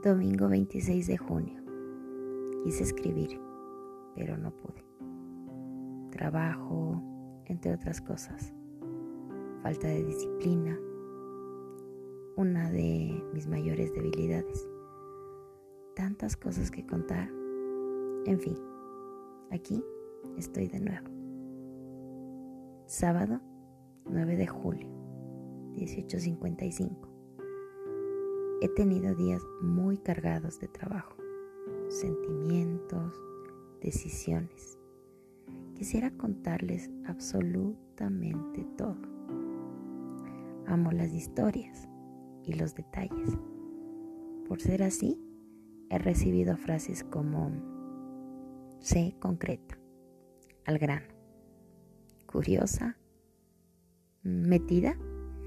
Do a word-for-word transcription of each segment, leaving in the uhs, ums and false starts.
Domingo veintiséis de junio. Quise escribir, pero no pude. Trabajo, entre otras cosas. Falta de disciplina. Una de mis mayores debilidades. Tantas cosas que contar. En fin, aquí estoy de nuevo. Sábado nueve de julio, dieciocho cincuenta y cinco. He tenido días muy cargados de trabajo, sentimientos, decisiones. Quisiera contarles absolutamente todo. Amo las historias y los detalles. Por ser así, he recibido frases como: sé concreta, al grano, curiosa, metida,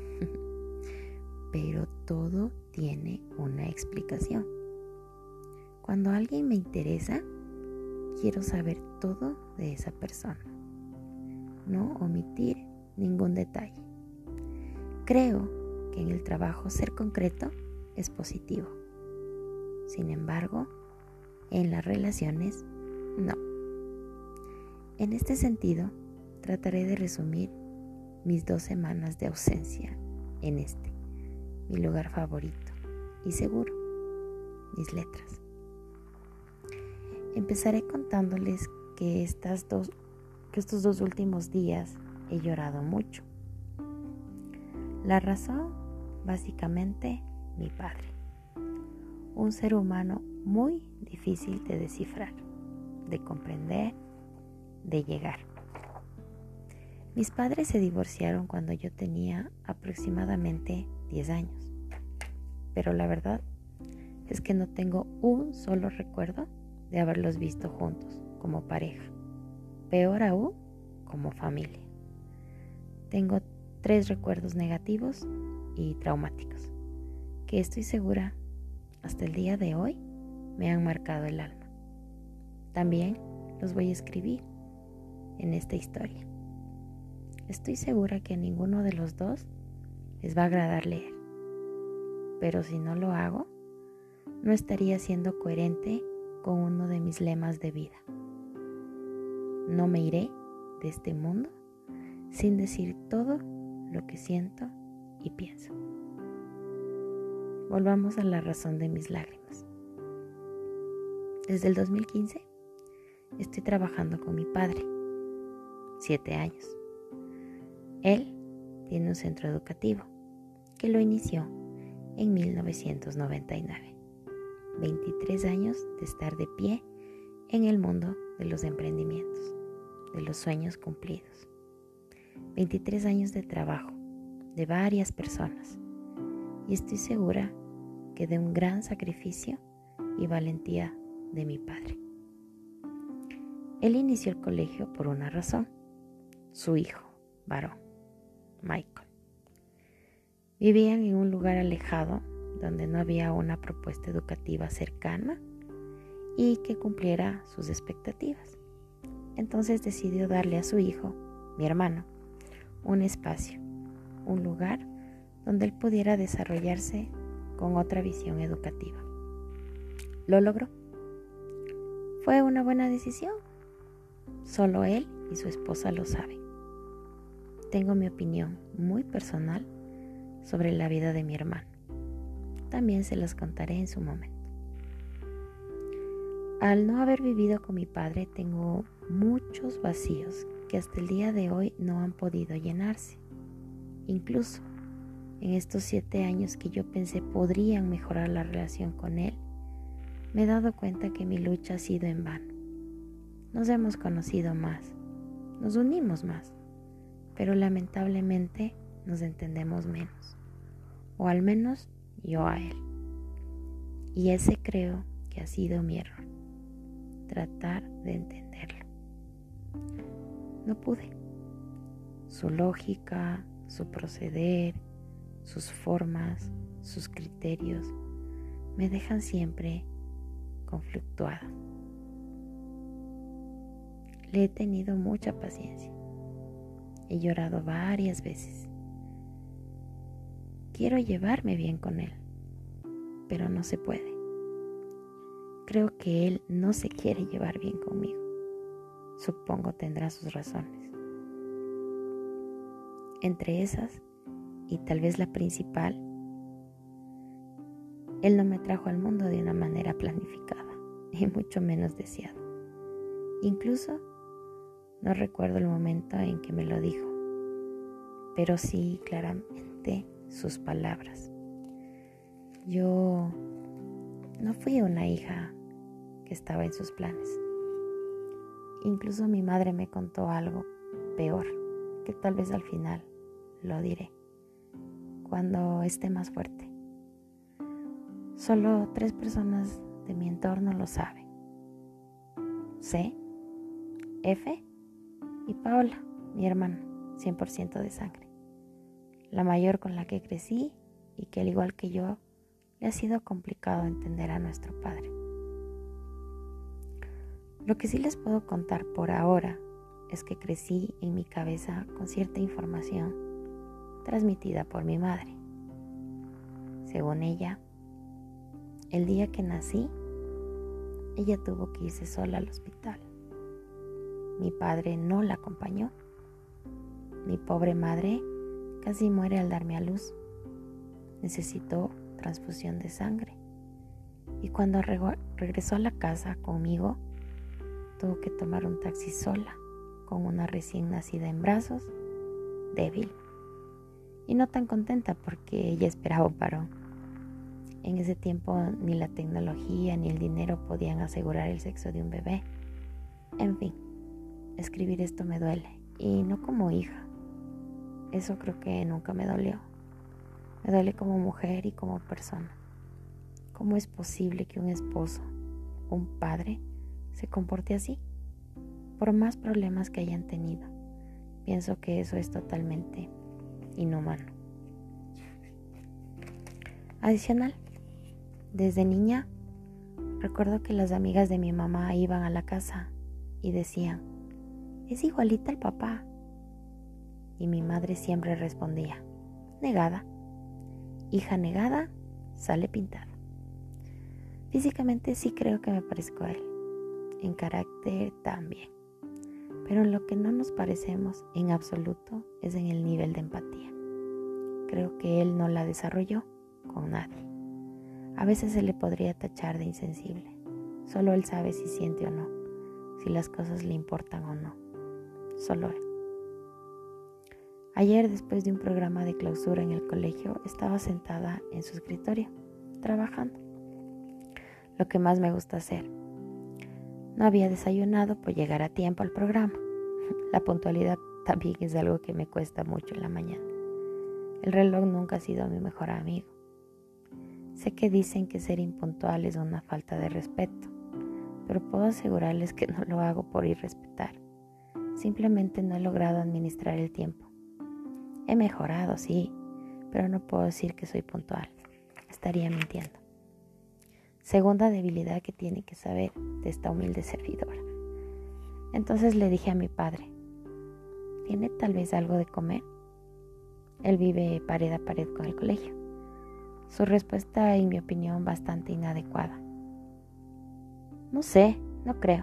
pero todo tiene una explicación. Cuando alguien me interesa, quiero saber todo de esa persona, no omitir ningún detalle. Creo que en el trabajo ser concreto es positivo. Sin embargo, en las relaciones, no. En este sentido, trataré de resumir mis dos semanas de ausencia en este, mi lugar favorito y seguro, mis letras. Empezaré contándoles que, estas dos, que estos dos últimos días he llorado mucho. La razón, básicamente, mi padre. Un ser humano muy difícil de descifrar, de comprender, de llegar. Mis padres se divorciaron cuando yo tenía aproximadamente diez años, pero la verdad es que no tengo un solo recuerdo de haberlos visto juntos como pareja, peor aún como familia. Tengo tres recuerdos negativos y traumáticos que estoy segura hasta el día de hoy me han marcado el alma. También los voy a escribir en esta historia. Estoy segura que a ninguno de los dos les va a agradar leer, pero si no lo hago, no estaría siendo coherente con uno de mis lemas de vida. No me iré de este mundo sin decir todo lo que siento y pienso. Volvamos a la razón de mis lágrimas. Desde el dos mil quince estoy trabajando con mi padre, siete años. Él tiene un centro educativo que lo inició en mil novecientos noventa y nueve. veintitrés años de estar de pie en el mundo de los emprendimientos, de los sueños cumplidos. veintitrés años de trabajo de varias personas. Y estoy segura que de un gran sacrificio y valentía de mi padre. Él inició el colegio por una razón: su hijo, varón, Michael. Vivían en un lugar alejado donde no había una propuesta educativa cercana y que cumpliera sus expectativas. Entonces decidió darle a su hijo, mi hermano, un espacio, un lugar donde él pudiera desarrollarse con otra visión educativa. ¿Lo logró? ¿Fue una buena decisión? Solo él y su esposa lo saben. Tengo mi opinión muy personal sobre la vida de mi hermano. También se las contaré en su momento. Al no haber vivido con mi padre, tengo muchos vacíos que hasta el día de hoy no han podido llenarse. Incluso en estos siete años que yo pensé podrían mejorar la relación con él, me he dado cuenta que mi lucha ha sido en vano. Nos hemos conocido más, nos unimos más, pero lamentablemente nos entendemos menos, o al menos yo a él. Y ese creo que ha sido mi error, tratar de entenderlo. No pude. Su lógica, su proceder, sus formas, sus criterios me dejan siempre conflictuada. Le he tenido mucha paciencia. He llorado varias veces. Quiero llevarme bien con él, pero no se puede. creo que él no se quiere llevar bien conmigo. Supongo tendrá sus razones. Entre esas, y tal vez la principal, él no me trajo al mundo de una manera planificada, y mucho menos deseada. Incluso no recuerdo el momento en que me lo dijo, pero sí claramente sus palabras. Yo no fui una hija que estaba en sus planes. Incluso mi madre me contó algo peor, que tal vez al final lo diré, cuando esté más fuerte. Solo tres personas de mi entorno lo saben. C, F y Paola, mi hermana, cien por ciento de sangre. La mayor con la que crecí y que al igual que yo, le ha sido complicado entender a nuestro padre. Lo que sí les puedo contar por ahora es que crecí en mi cabeza con cierta información transmitida por mi madre. Según ella, el día que nací, ella tuvo que irse sola al hospital. Mi padre no la acompañó. Mi pobre madre casi muere al darme a luz. Necesitó transfusión de sangre. Y cuando reg- regresó a la casa conmigo, tuvo que tomar un taxi sola, con una recién nacida en brazos, débil. Y no tan contenta porque ella esperaba un parón. En ese tiempo ni la tecnología ni el dinero podían asegurar el sexo de un bebé. En fin, escribir esto me duele, y no como hija. Eso creo que nunca me dolió. Me duele como mujer y como persona. ¿Cómo es posible que un esposo, un padre, se comporte así? Por más problemas que hayan tenido, pienso que eso es totalmente inhumano. Adicional, desde niña, recuerdo que las amigas de mi mamá iban a la casa y decían, es igualita al papá. Y mi madre siempre respondía, negada. Hija negada, sale pintada. Físicamente sí creo que me parezco a él, en carácter también. Pero en lo que no nos parecemos en absoluto es en el nivel de empatía. Creo que él no la desarrolló con nadie. A veces se le podría tachar de insensible. Solo él sabe si siente o no, si las cosas le importan o no. Solo él. Ayer, después de un programa de clausura en el colegio, estaba sentada en su escritorio, trabajando. Lo que más me gusta hacer. No había desayunado por llegar a tiempo al programa. La puntualidad también es algo que me cuesta mucho en la mañana. El reloj nunca ha sido mi mejor amigo. Sé que dicen que ser impuntual es una falta de respeto, pero puedo asegurarles que no lo hago por irrespetar. Simplemente no he logrado administrar el tiempo. He mejorado, sí, pero no puedo decir que soy puntual. Estaría mintiendo. Segunda debilidad que tiene que saber de esta humilde servidora. Entonces le dije a mi padre, ¿tiene tal vez algo de comer? Él vive pared a pared con el colegio. Su respuesta, en mi opinión, bastante inadecuada. No sé, no creo.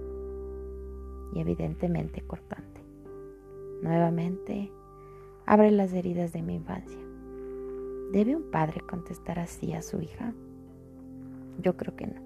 Y evidentemente cortante. Nuevamente, abre las heridas de mi infancia. ¿Debe un padre contestar así a su hija? Yo creo que no.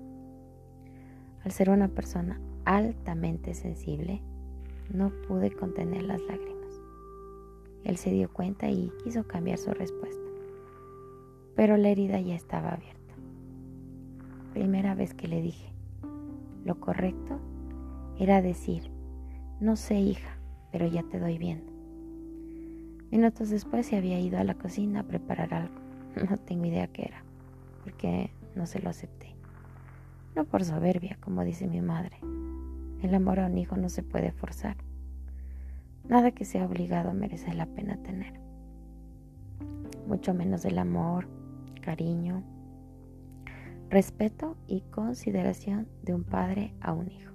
Al ser una persona altamente sensible, no pude contener las lágrimas. Él se dio cuenta y quiso cambiar su respuesta. Pero la herida ya estaba abierta. Primera vez que le dije, lo correcto era decir, no sé hija, pero ya te doy viendo. Minutos después se había ido a la cocina a preparar algo. No tengo idea qué era, porque no se lo acepté. No por soberbia, como dice mi madre. El amor a un hijo no se puede forzar. Nada que sea obligado merece la pena tener. Mucho menos el amor, cariño, respeto y consideración de un padre a un hijo.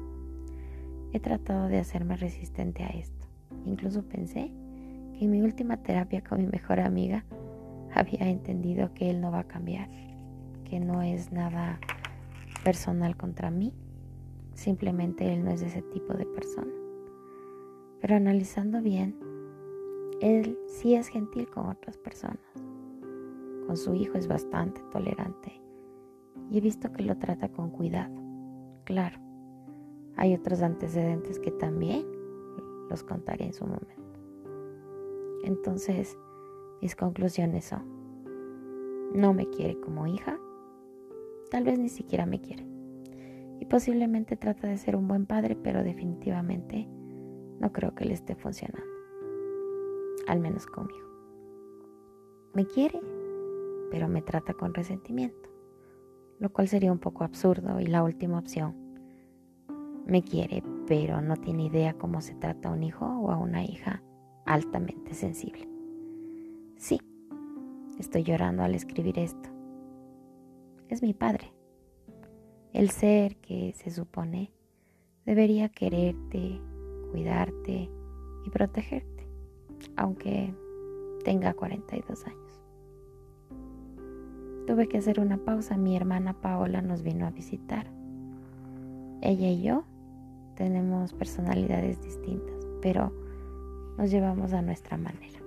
He tratado de hacerme resistente a esto. Incluso pensé que en mi última terapia con mi mejor amiga había entendido que él no va a cambiar, que no es nada personal contra mí. Simplemente él no es ese tipo de persona. Pero analizando bien, él sí es gentil con otras personas. Con su hijo es bastante tolerante y he visto que lo trata con cuidado. Claro, hay otros antecedentes que también los contaré en su momento. Entonces, mis conclusiones son: no me quiere como hija, tal vez ni siquiera me quiere. Y posiblemente trata de ser un buen padre, pero definitivamente no creo que le esté funcionando. Al menos conmigo. Me quiere, pero me trata con resentimiento, lo cual sería un poco absurdo. Y la última opción: me quiere, pero no tiene idea cómo se trata a un hijo o a una hija altamente sensible. Sí, estoy llorando al escribir esto. Es mi padre, el ser que se supone debería quererte, cuidarte y protegerte, aunque tenga cuarenta y dos años. Tuve que hacer una pausa. Mi hermana Paola nos vino a visitar. Ella y yo tenemos personalidades distintas, pero nos llevamos a nuestra manera.